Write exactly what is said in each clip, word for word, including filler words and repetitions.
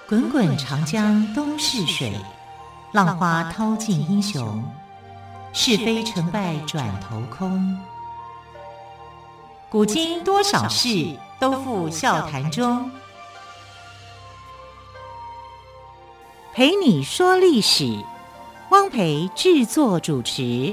滚滚长江东逝水，浪花淘尽英雄。是非成败转头空。古今多少事，都付笑谈中。陪你说历史，汪培制作主持。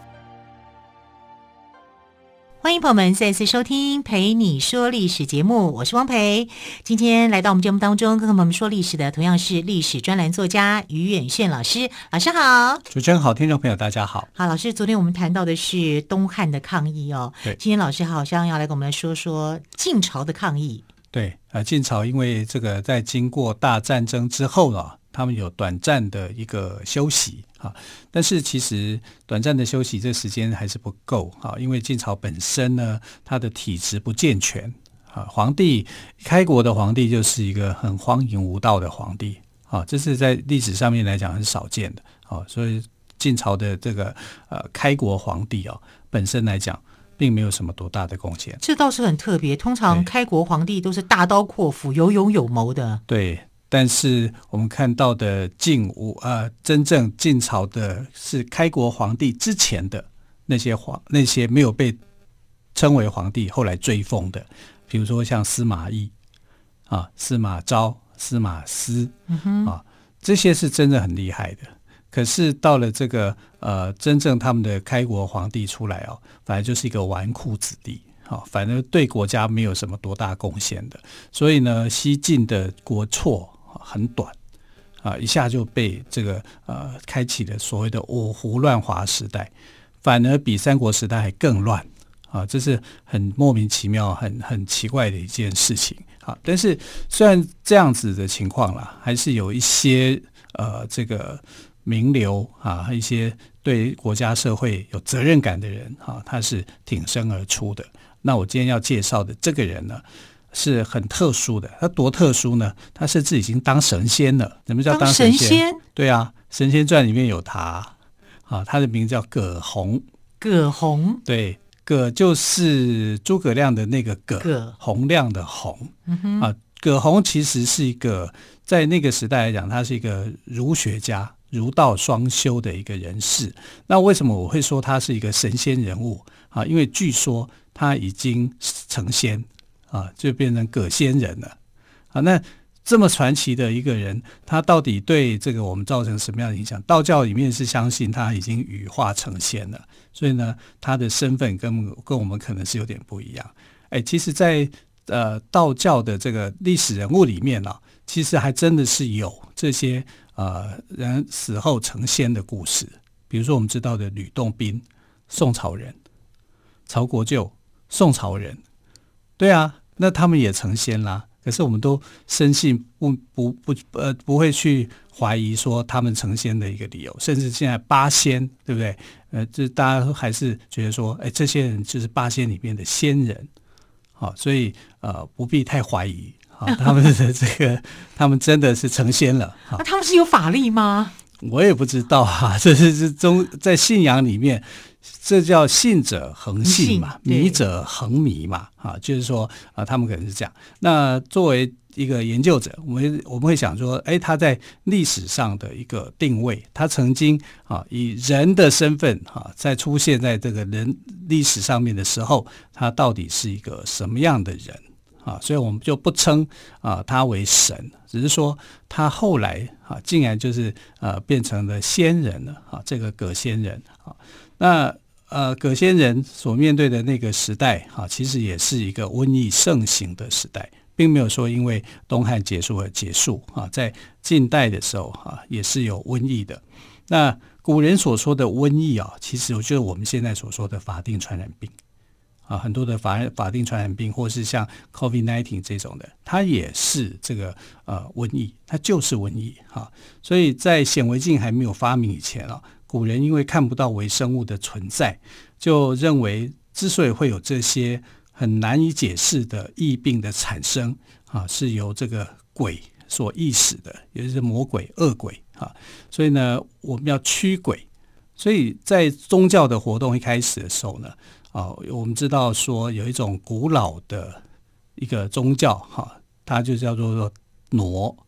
欢迎朋友们再次收听陪你说历史节目，我是汪培。今天来到我们节目当中跟我们说历史的同样是历史专栏作家于远炫老师。老师好。 主持人好，听众朋友大家好。 好，老师，昨天我们谈到的是东汉的抗议哦， 对， 今天老师好像要来跟我们来说说晋朝的抗议。 对，呃，晋朝因为这个在经过大战争之后呢，他们有短暂的一个休息啊，但是其实短暂的休息这时间还是不够啊，因为晋朝本身呢，它的体制不健全啊，皇帝开国的皇帝就是一个很荒淫无道的皇帝啊，这是在历史上面来讲很少见的啊，所以晋朝的这个呃开国皇帝啊，本身来讲并没有什么多大的贡献， 这倒是很特别。通常开国皇帝都是大刀阔斧、有勇有谋的。 对。但是我们看到的晋武呃，真正晋朝的是开国皇帝之前的那些皇那些没有被称为皇帝后来追封的，比如说像司马懿啊、司马昭、司马思、嗯、啊，这些是真的很厉害的。可是到了这个呃，真正他们的开国皇帝出来哦，反而就是一个纨绔子弟。好，反正对国家没有什么多大贡献的，所以呢，西晋的国祚很短啊，一下就被这个呃开启了所谓的五胡乱华时代，反而比三国时代还更乱啊，这是很莫名其妙、很很奇怪的一件事情啊。但是虽然这样子的情况啦，还是有一些呃这个名流啊，一些对国家社会有责任感的人啊，他是挺身而出的。那我今天要介绍的这个人呢，是很特殊的。他多特殊呢？他甚至已经当神仙了。什么叫当神仙？ 当神仙？ 对啊，《神仙传》里面有他啊，他的名字叫葛洪。 葛洪， 对，葛就是诸葛亮的那个葛， 葛洪亮的洪、 嗯、 啊。葛洪其实是一个在那个时代来讲，他是一个儒学家。儒道双修的一个人士。那为什么我会说他是一个神仙人物啊？因为据说他已经成仙啊，就变成葛仙人了啊。那这么传奇的一个人，他到底对这个我们造成什么样的影响？道教里面是相信他已经羽化成仙了，所以呢，他的身份跟跟我们可能是有点不一样。哎，其实在呃道教的这个历史人物里面啊，其实还真的是有这些呃人死后成仙的故事。比如说我们知道的吕洞宾，宋朝人；曹国舅，宋朝人。对啊，那他们也成仙啦。可是我们都深信不不不呃不会去怀疑说他们成仙的一个理由，甚至现在八仙，对不对？呃，这大家还是觉得说，哎，这些人就是八仙里面的仙人。好，所以呃不必太怀疑啊，他们的这个他们真的是成仙了。 那他们是有法力吗？ 我也不知道啊，这是中在信仰里面，这叫信者恒信嘛，迷者恒迷嘛，啊，就是说啊，他们可能是这样。那作为一个研究者，我们我们会想说，哎，他在历史上的一个定位，他曾经啊以人的身份啊，在出现在这个人历史上面的时候，他到底是一个什么样的人啊？所以我们就不称啊他为神，只是说他后来啊竟然就是呃变成了仙人了啊，这个葛仙人啊，那。呃，葛仙人所面对的那个时代啊，其实也是一个瘟疫盛行的时代，并没有说因为东汉结束而结束啊。在近代的时候啊，也是有瘟疫的。那古人所说的瘟疫啊，其实就是我们现在所说的法定传染病啊，很多的法法定传染病，或是像 COVID 十九 这种的，它也是这个呃瘟疫，它就是瘟疫啊。所以在显微镜还没有发明以前啊。古人因为看不到微生物的存在，就认为之所以会有这些很难以解释的疫病的产生啊，是由这个鬼所意识的，也就是魔鬼、恶鬼啊。所以呢，我们要驱鬼。所以在宗教的活动一开始的时候呢，啊，我们知道说有一种古老的一个宗教哈、啊，它就叫做傩。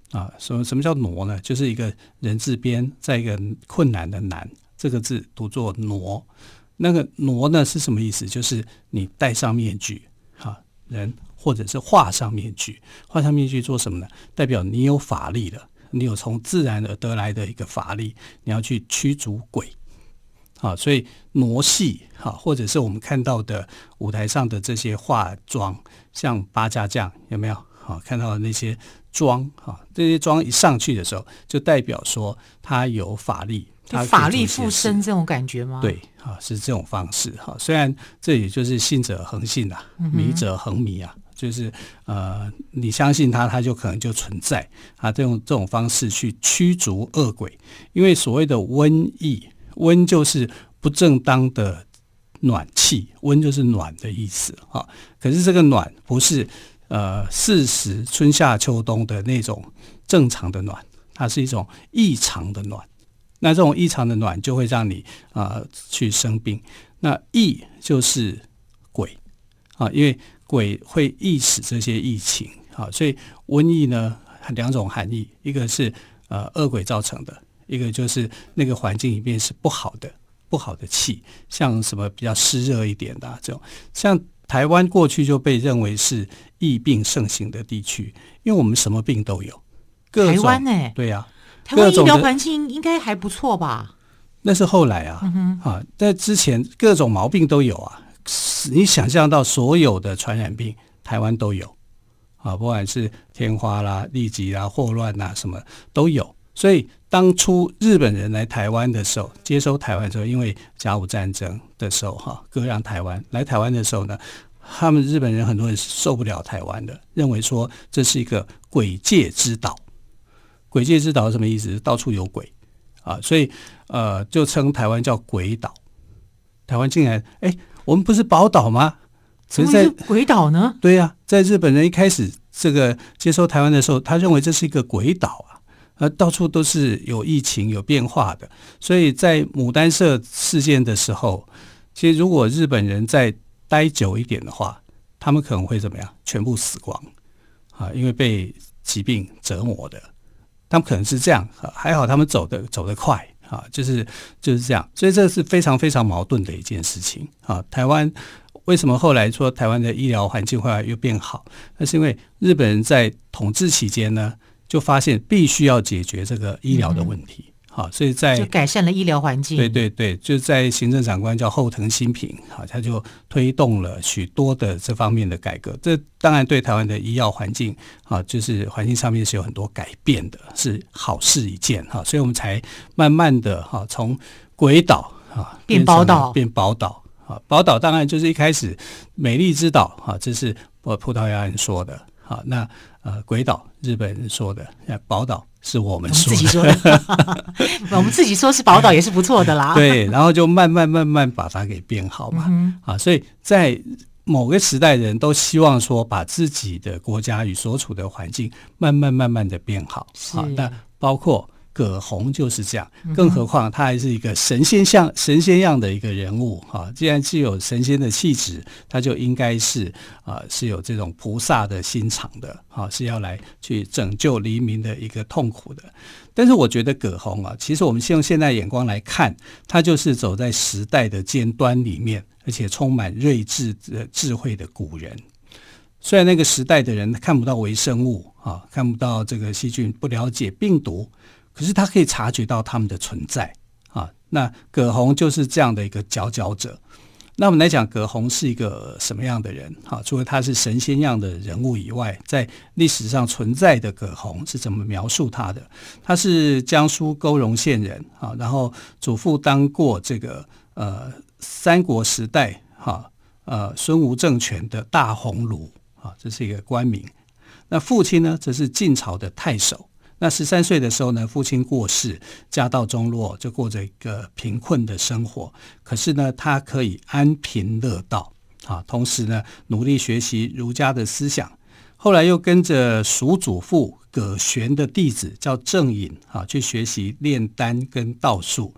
啊，什么什么叫挪呢？就是一个人字边，在一个困难的难，这个字读作挪。那个挪呢是什么意思？就是你戴上面具，啊，人或者是画上面具，画上面具做什么呢？代表你有法力了，你有从自然而得来的一个法力，你要去驱逐鬼。好，所以傩戏好，或者是我们看到的舞台上的这些化妆，像八家将有没有？好，看到的那些妆啊，这些妆一上去的时候，就代表说他有法力，他法力附身这种感觉吗？ 对，啊，是这种方式哈。虽然这也就是信者恒信啊，迷者恒迷啊，就是呃，你相信他，他就可能就存在啊。这种这种方式去驱逐恶鬼，因为所谓的瘟疫。温就是不正当的暖气，温就是暖的意思啊。可是这个暖不是呃四时春夏秋冬的那种正常的暖，它是一种异常的暖。那这种异常的暖就会让你啊、呃、去生病。那疫就是鬼啊，因为鬼会易使这些疫情啊，所以瘟疫呢两种含义，一个是呃恶鬼造成的。一个就是那个环境里面是不好的不好的气，像什么比较湿热一点的、啊、这种，像台湾过去就被认为是疫病盛行的地区，因为我们什么病都有。各种台湾哎、欸， 对呀、啊， 台湾医疗环境应该还不错吧？ 那是后来啊， 嗯、 啊，在之前各种毛病都有啊，你想象到所有的传染病，台湾都有啊，不管是天花啦、痢疾啦、霍乱啦，什么都有。所以当初日本人来台湾的时候，接收台湾的时候，因为甲午战争的时候哈，割让台湾来台湾的时候呢，他们日本人很多人是受不了台湾的，认为说这是一个鬼界之岛。鬼界之岛是什么意思？到处有鬼啊，所以呃就称台湾叫鬼岛。台湾竟然哎，我们不是宝岛吗？ 怎么是鬼岛呢？ 对呀、啊，在日本人一开始这个接收台湾的时候，他认为这是一个鬼岛啊。呃，到处都是有疫情、有变化的，所以在牡丹社事件的时候，其实如果日本人再待久一点的话，他们可能会怎么样？全部死光啊，因为被疾病折磨的，他们可能是这样。啊、还好他们走得走得快啊，就是就是这样，所以这是非常非常矛盾的一件事情啊。台湾为什么后来说台湾的医疗环境后来又变好？那是因为日本人在统治期间呢。就发现必须要解决这个医疗的问题，好、嗯，所以在就改善了医疗环境。 对对对，就在行政长官叫后藤新平，好，他就推动了许多的这方面的改革。这当然对台湾的医药环境，啊，就是环境上面是有很多改变的，是好事一件哈。所以我们才慢慢的哈从鬼岛啊变宝岛， 变宝岛啊。宝岛当然就是一开始美丽之岛啊，这是葡萄牙人说的。好，那呃，鬼岛日本人说的，宝岛是我们说的， 我们自己说的，我们自己说是宝岛也是不错的啦。 对，然后就慢慢慢慢把它给变好嘛。嗯、啊，所以在某个时代，人都希望说把自己的国家与所处的环境慢慢慢慢的变好。啊，那包括葛洪就是这样，更何况他还是一个神仙像神仙样的一个人物啊！既然具有神仙的气质，他就应该是啊、呃、是有这种菩萨的心肠的啊，是要来去拯救黎民的一个痛苦的。但是我觉得葛洪啊，其实我们先用现代眼光来看，他就是走在时代的尖端里面，而且充满睿智的智慧的古人。虽然那个时代的人看不到微生物啊，看不到这个细菌，不了解病毒。可是他可以察觉到他们的存在啊，那葛洪就是这样的一个佼佼者。那我们来讲，葛洪是一个什么样的人啊？除了他是神仙样的人物以外，在历史上存在的葛洪是怎么描述他的？他是江苏勾荣县人啊，然后祖父当过这个呃三国时代哈呃孙吴政权的大鸿胪啊，这是一个官名。那父亲呢，则是晋朝的太守。那十三岁的时候呢，父亲过世，家道中落，就过着一个贫困的生活。可是呢，他可以安贫乐道啊，同时呢，努力学习儒家的思想。后来又跟着蜀祖父葛玄的弟子叫郑隐啊，去学习炼丹跟道术。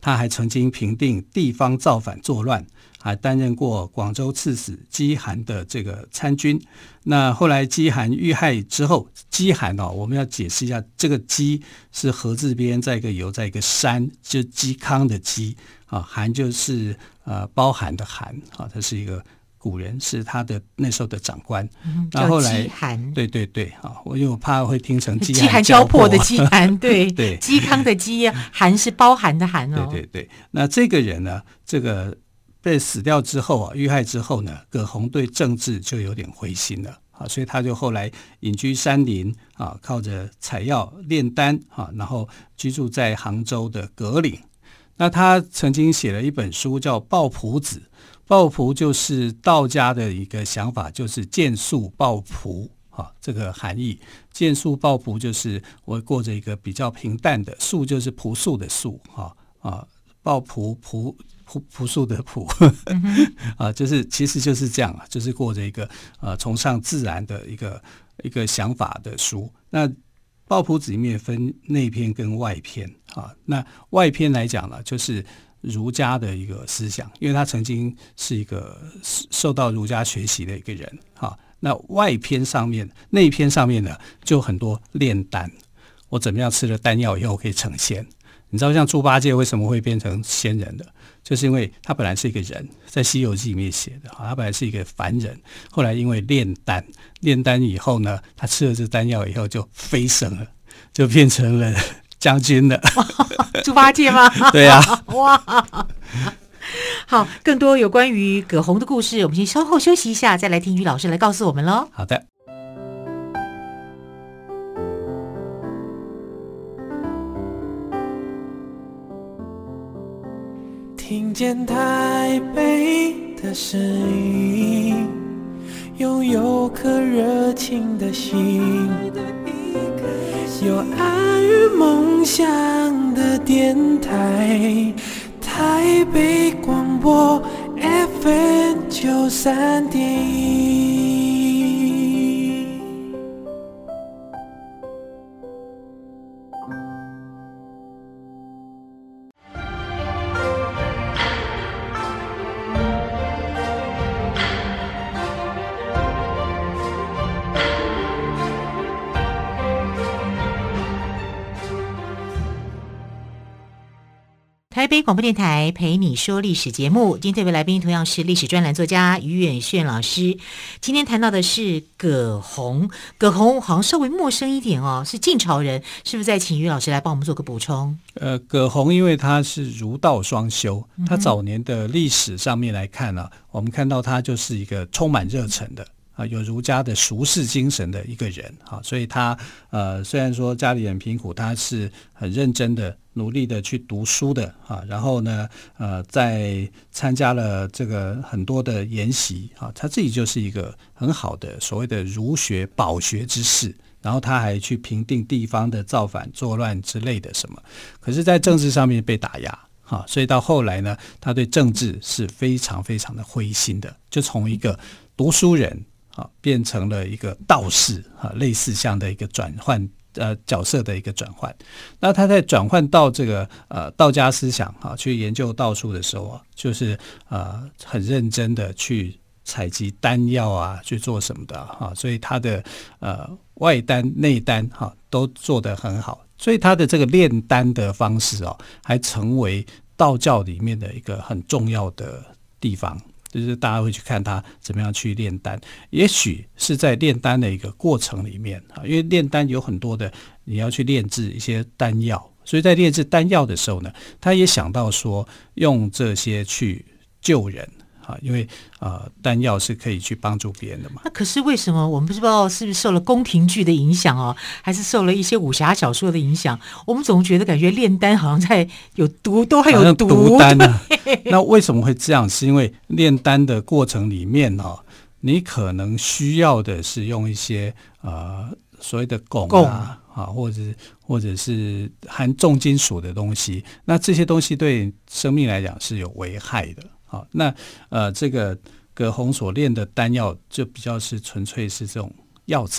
他还曾经平定地方造反作乱，还担任过广州刺史姬韩的这个参军。那后来姬韩遇害之后，姬韩哦，我们要解释一下，这个姬是禾字边在一个酉在一个山，就嵇康的嵇啊，韩就是呃包含的韩啊，他是一个古人，是他的那时候的长官。 嗯， 那后来姬韩， 对对对啊，我因为我怕会听成饥饥寒交迫的饥寒，对对， 嵇康的嵇，寒是包含的寒哦。 对对对，那这个人呢，这个被死掉之后啊，遇害之后呢，葛洪对政治就有点灰心了啊，所以他就后来隐居山林啊，靠着采药炼丹啊，然后居住在杭州的葛岭。那他曾经写了一本书叫《抱朴子》，抱朴就是道家的一个想法，就是见素抱朴啊，这个含义。见素抱朴就是我过着一个比较平淡的，素就是朴素的素啊啊，抱朴朴朴朴素的朴啊，就是其实就是这样啊，就是过着一个呃崇尚自然的一个一个想法的书。那抱朴子里面分内篇跟外篇啊，那外篇来讲呢，就是儒家的一个思想，因为他曾经是一个受到儒家学习的一个人啊。那外篇上面、内篇上面呢，就很多炼丹，我怎么样吃了丹药以后可以成仙？你知道像猪八戒为什么会变成仙人的？就是因为他本来是一个人，在《西游记》里面写的，他本来是一个凡人，后来因为炼丹，炼丹以后呢，他吃了这丹药以后就飞升了，就变成了将军了。 猪八戒吗？ 对啊。 哇！好，更多有关于葛洪的故事，我们先稍后休息一下，再来听于老师来告诉我们喽。 好的。 听见台北的声音，拥有颗热情的心，有爱与梦想的电台，台北广播 F M 九三点一。 台北广播电台陪你说历史节目，今天特别来宾同样是历史专栏作家于远炫老师。今天谈到的是葛洪，葛洪好像稍微陌生一点哦，是晋朝人，是不是？再请于老师来帮我们做个补充。 呃，葛洪因为他是儒道双修，他早年的历史上面来看呢、啊，我们看到他就是一个充满热忱的。啊，有儒家的俗世精神的一个人啊，所以他呃虽然说家里很贫苦，他是很认真的、努力的去读书的啊。然后呢，呃，在参加了这个很多的研习啊，他自己就是一个很好的所谓的儒学饱学之士。然后他还去平定地方的造反作乱之类的什么，可是，在政治上面被打压。啊，所以到后来呢，他对政治是非常非常的灰心的，就从一个读书人。啊，变成了一个道士啊，类似这样的一个转换呃角色的一个转换。那他在转换到这个呃道家思想啊，去研究道术的时候啊，就是呃很认真的去采集丹药啊，去做什么的啊，所以他的呃外丹内丹哈、啊、都做得很好。所以他的这个炼丹的方式哦、啊，还成为道教里面的一个很重要的地方。就是大家会去看他怎么样去炼丹，也许是在炼丹的一个过程里面啊，因为炼丹有很多的你要去炼制一些丹药，所以在炼制丹药的时候呢，他也想到说用这些去救人啊，因为呃丹药是可以去帮助别人的嘛。 那可是为什么我们不知道是不是受了宫廷剧的影响哦，还是受了一些武侠小说的影响？我们总觉得感觉炼丹好像在有毒，都还有毒， 毒丹啊。那为什么会这样？是因为炼丹的过程里面哦，你可能需要的是用一些呃所谓的汞啊，啊或者或者是含重金属的东西，那这些东西对生命来讲是有危害的。好，那呃，这个葛洪所炼的丹药就比较是纯粹是这种药材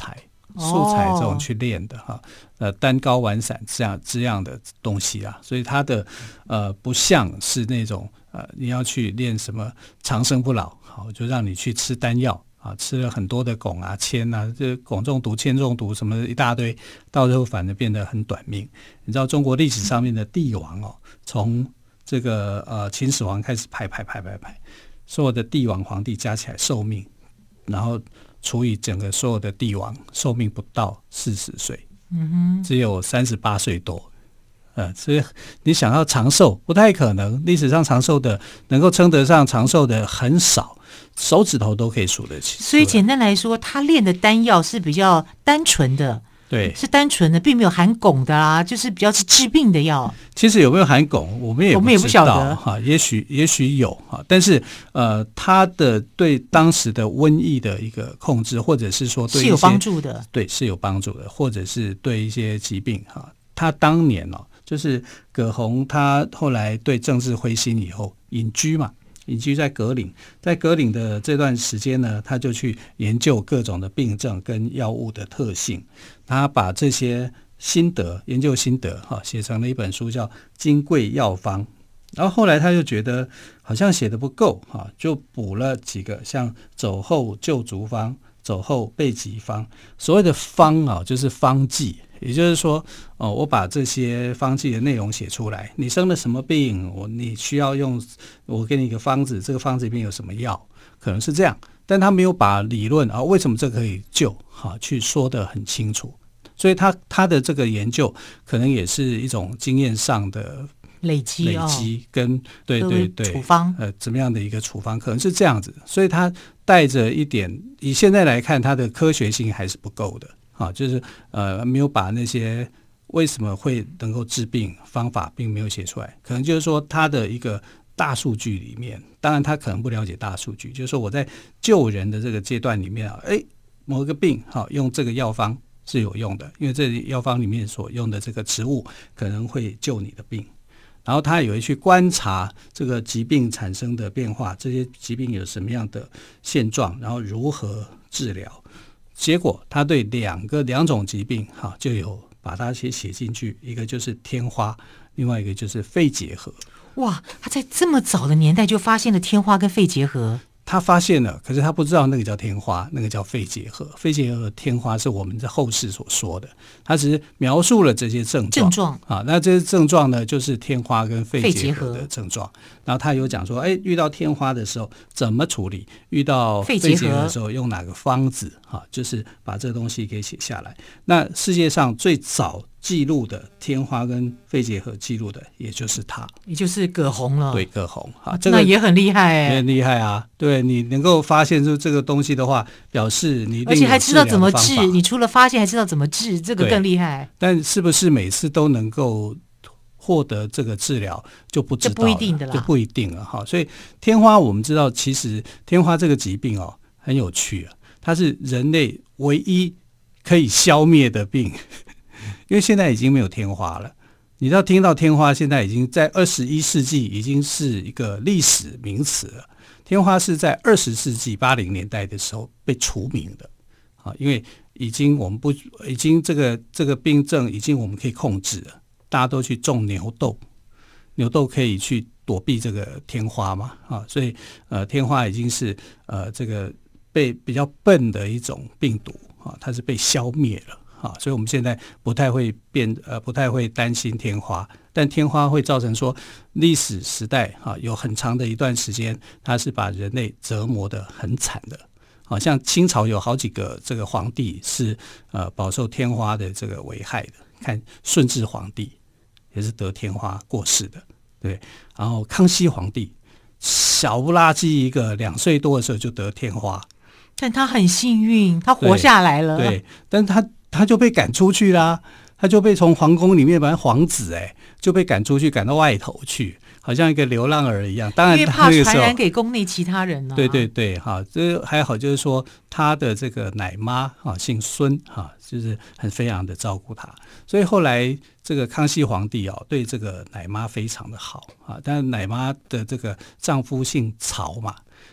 素材这种去练的哈，呃，单高丸散这样这样的东西啊，所以它的呃不像是那种呃你要去练什么长生不老，好，就让你去吃丹药啊，吃了很多的汞啊、铅啊，这汞中毒、铅中毒什么一大堆，到最后反而变得很短命。你知道中国历史上面的帝王哦，从这个呃秦始皇开始排排排排排，所有的帝王皇帝加起来寿命，然后除以整个所有的帝王寿命不到四十岁，嗯哼，只有三十八岁多，呃，所以你想要长寿不太可能。历史上长寿的能够称得上长寿的很少，手指头都可以数得起。 所以简单来说，他练的丹药是比较单纯的。 对， 是单纯的，并没有含汞的啦，就是比较是治病的药。 其实有没有含汞，我们也不知道，我们也不晓得哈，也许也许有哈，但是呃，它的对当时的瘟疫的一个控制，或者是说对一些是有帮助的， 对，是有帮助的，或者是对一些疾病哈，他当年哦，就是葛洪他后来对政治灰心以后隐居嘛。隐居在格岭，在格岭的这段时间呢，他就去研究各种的病症跟药物的特性，他把这些心得研究心得哈写成了一本书叫《金匮药方》，然后后来他就觉得好像写得不够哈，就补了几个像走后救足方、走后备急方。所谓的方啊，就是方剂。也就是说，哦，我把这些方剂的内容写出来。你生了什么病，我你需要用，我给你一个方子，这个方子里面有什么药，可能是这样。但他没有把理论啊，为什么这可以救，哈，去说得很清楚。所以他他的这个研究，可能也是一种经验上的累积， 累积跟、哦、对对对处方， 呃，怎么样的一个处方，可能是这样子。所以他带着一点，以现在来看，它的科学性还是不够的。啊，就是呃，没有把那些为什么会能够治病方法并没有写出来，可能就是说他的一个大数据里面，当然他可能不了解大数据，就是说我在救人的这个阶段里面啊，哎，某一个病好用这个药方是有用的，因为这药方里面所用的这个植物可能会救你的病，然后他也会去观察这个疾病产生的变化，这些疾病有什么样的现状，然后如何治疗。结果他对两个两种疾病哈就有把它写写进去，一个就是天花，另外一个就是肺结核。 哇，他在这么早的年代就发现了天花跟肺结核。 他发现了，可是他不知道那个叫天花，那个叫肺结核。肺结核和天花是我们在后世所说的，他只是描述了这些症状。 症状啊，那这些症状呢，就是天花跟肺结核的症状。然后他有讲说，哎，遇到天花的时候怎么处理？遇到肺结核的时候用哪个方子？啊，就是把这个东西给写下来。那世界上最早记录的天花跟肺结核记录的，也就是他， 也就是葛洪了。 对，葛洪啊， 这个、那也很厉害哎、欸， 也很厉害啊。对，你能够发现出这个东西的话，表示你而且还知道怎么治。你除了发现，还知道怎么治，这个更厉害。 但是不是每次都能够获得这个治疗，就不知道了， 就不一定的啦， 就不一定了哈。所以天花，我们知道，其实天花这个疾病哦，很有趣啊，它是人类唯一可以消灭的病。因为现在已经没有天花了，你知道听到天花现在已经在二十一世纪已经是一个历史名词了。天花是在二十世纪八零年代的时候被除名的啊，因为已经我们不已经这个这个病症已经我们可以控制了，大家都去种牛痘，牛痘可以去躲避这个天花嘛啊，所以呃天花已经是呃这个被比较笨的一种病毒啊，它是被消灭了。啊，所以我们现在不太会变呃，不太会担心天花，但天花会造成说历史时代啊，有很长的一段时间，它是把人类折磨得很惨的。好像清朝有好几个这个皇帝是呃饱受天花的这个危害的，看顺治皇帝也是得天花过世的，对。然后康熙皇帝小不拉几一个两岁多的时候就得天花， 但他很幸运，他活下来了。 对，对但他。他就被赶出去啦，他就被从皇宫里面，把皇子哎、欸、就被赶出去，赶到外头去，好像一个流浪儿一样。当然， 因为怕传染给宫内其他人呢、啊。 对对对，哈，这还好，就是说他的这个奶妈哈姓孙哈，就是很非常的照顾他，所以后来这个康熙皇帝哦对这个奶妈非常的好啊，但是奶妈的这个丈夫姓曹嘛。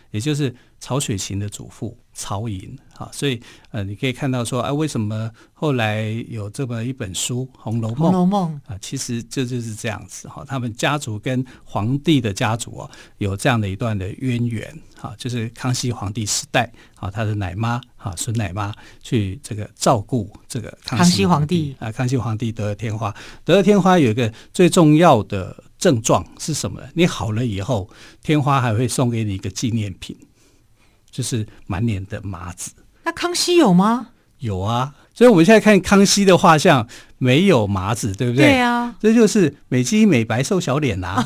也就是曹雪芹的祖父曹寅啊，所以呃，你可以看到说，啊，为什么后来有这么一本书《红楼梦》？ 红楼梦啊，其实这就是这样子哈，他们家族跟皇帝的家族哦有这样的一段的渊源啊，就是康熙皇帝时代啊，他的奶妈啊，孙奶妈去这个照顾这个康熙皇帝啊，康熙皇帝得了天花，得了天花有一个最重要的症状是什么呢？你好了以后，天花还会送给你一个纪念品，就是满脸的麻子。 那康熙有吗？ 有啊，所以我们现在看康熙的画像没有麻子，对不对？ 对啊， 这就是美肌美白瘦小脸啊。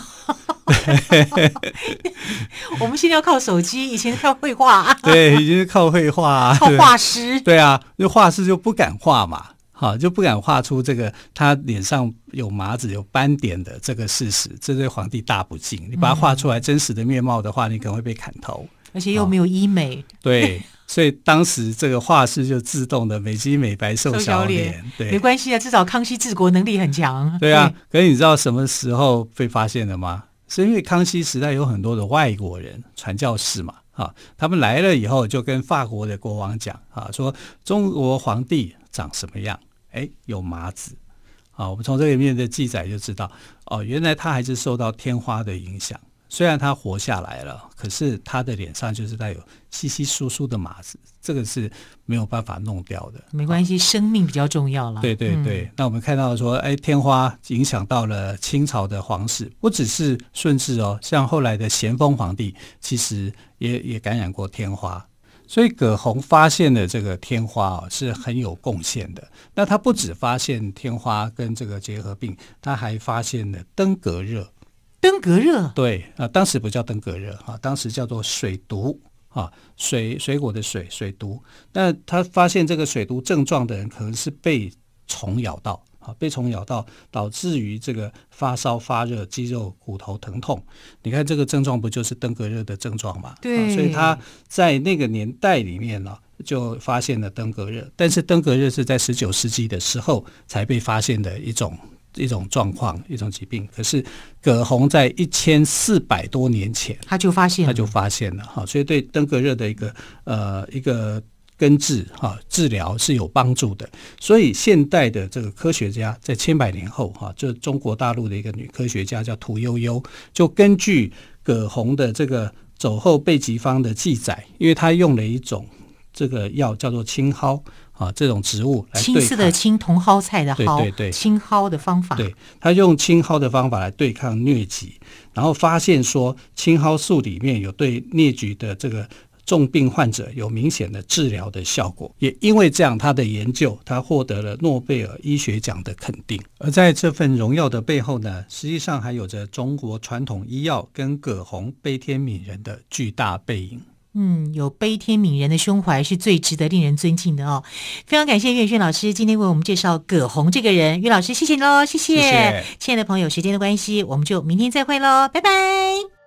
我们现在要靠手机，以前靠绘画。 对，已经是靠绘画、啊， 靠画师。 对啊，那画师就不敢画嘛，好，就不敢画出这个他脸上有麻子、有斑点的这个事实，这对皇帝大不敬。你把它画出来真实的面貌的话，你可能会被砍头。 而且又没有医美。 对。所以当时这个画师就自动的美肌美白瘦小脸，对， 没关系啊，至少康熙治国能力很强。 对啊，可是你知道什么时候被发现的吗？是因为康熙时代有很多的外国人传教士嘛，啊，他们来了以后就跟法国的国王讲啊，说中国皇帝长什么样？哎，有麻子。啊，我们从这里面的记载就知道，哦，原来他还是受到天花的影响。虽然他活下来了，可是他的脸上就是带有稀稀疏疏的麻子，这个是没有办法弄掉的。 没关系，生命比较重要了。 对对对、嗯，那我们看到说，哎，天花影响到了清朝的皇室，不只是顺治哦，像后来的咸丰皇帝，其实也也感染过天花。所以葛洪发现的这个天花哦，是很有贡献的。那他不只发现天花跟这个结核病，他还发现了登革热。 登革热对啊，当时不叫登革热啊，当时叫做水毒啊，水水果的水水毒。那他发现这个水毒症状的人，可能是被虫咬到啊，被虫咬到导致于这个发烧、发热、肌肉、骨头疼痛。你看这个症状不就是登革热的症状吗？ 对、 啊，所以他在那个年代里面呢、啊，就发现了登革热。但是登革热是在十九世纪的时候才被发现的一种。一种状况，一种疾病。可是葛洪在一千四百多年前， 他就发现了， 他就发现了哈，所以对登革热的一个呃一个根治哈治疗是有帮助的。所以现代的这个科学家在千百年后哈，就中国大陆的一个女科学家叫屠呦呦，就根据葛洪的这个走后备急方的记载，因为他用了一种这个药叫做青蒿。啊，这种植物来对抗青色的青，茼蒿菜的蒿， 对对对， 青蒿的方法， 对，他用青蒿的方法来对抗疟疾，然后发现说青蒿素里面有对疟疾的这个重病患者有明显的治疗的效果，也因为这样，他的研究他获得了诺贝尔医学奖的肯定。而在这份荣耀的背后呢，实际上还有着中国传统医药跟葛洪悲天悯人的巨大背影。 嗯，有悲天悯人的胸怀是最值得令人尊敬的哦。非常感谢岳轩老师今天为我们介绍葛洪这个人，岳老师谢谢你喽，谢谢。 谢谢。 亲爱的朋友，时间的关系，我们就明天再会喽，拜拜。